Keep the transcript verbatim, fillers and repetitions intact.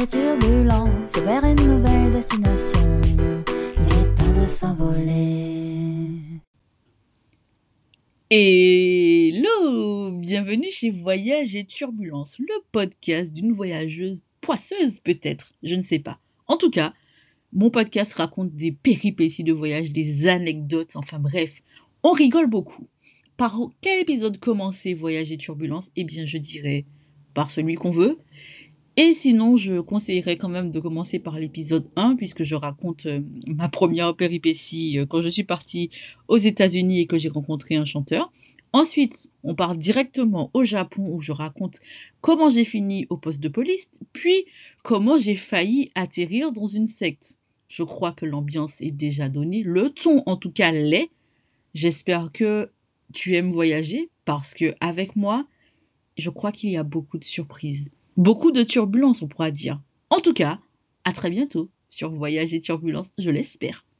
et turbulence vers une nouvelle destination. Il est temps de s'envoler. Hello! Bienvenue chez Voyage et Turbulence, le podcast d'une voyageuse poisseuse peut-être, je ne sais pas. En tout cas, mon podcast raconte des péripéties de voyage, des anecdotes, enfin bref, on rigole beaucoup. Par quel épisode commencer Voyage et Turbulence? Eh bien, je dirais par celui qu'on veut. Et sinon, je conseillerais quand même de commencer par l'épisode un, puisque je raconte euh, ma première péripétie euh, quand je suis partie aux États-Unis et que j'ai rencontré un chanteur. Ensuite, on part directement au Japon où je raconte comment j'ai fini au poste de police, puis comment j'ai failli atterrir dans une secte. Je crois que l'ambiance est déjà donnée, le ton en tout cas l'est. J'espère que tu aimes voyager parce que avec moi, je crois qu'il y a beaucoup de surprises. Beaucoup de turbulences, on pourra dire. En tout cas, à très bientôt sur Voyage et Turbulence, je l'espère.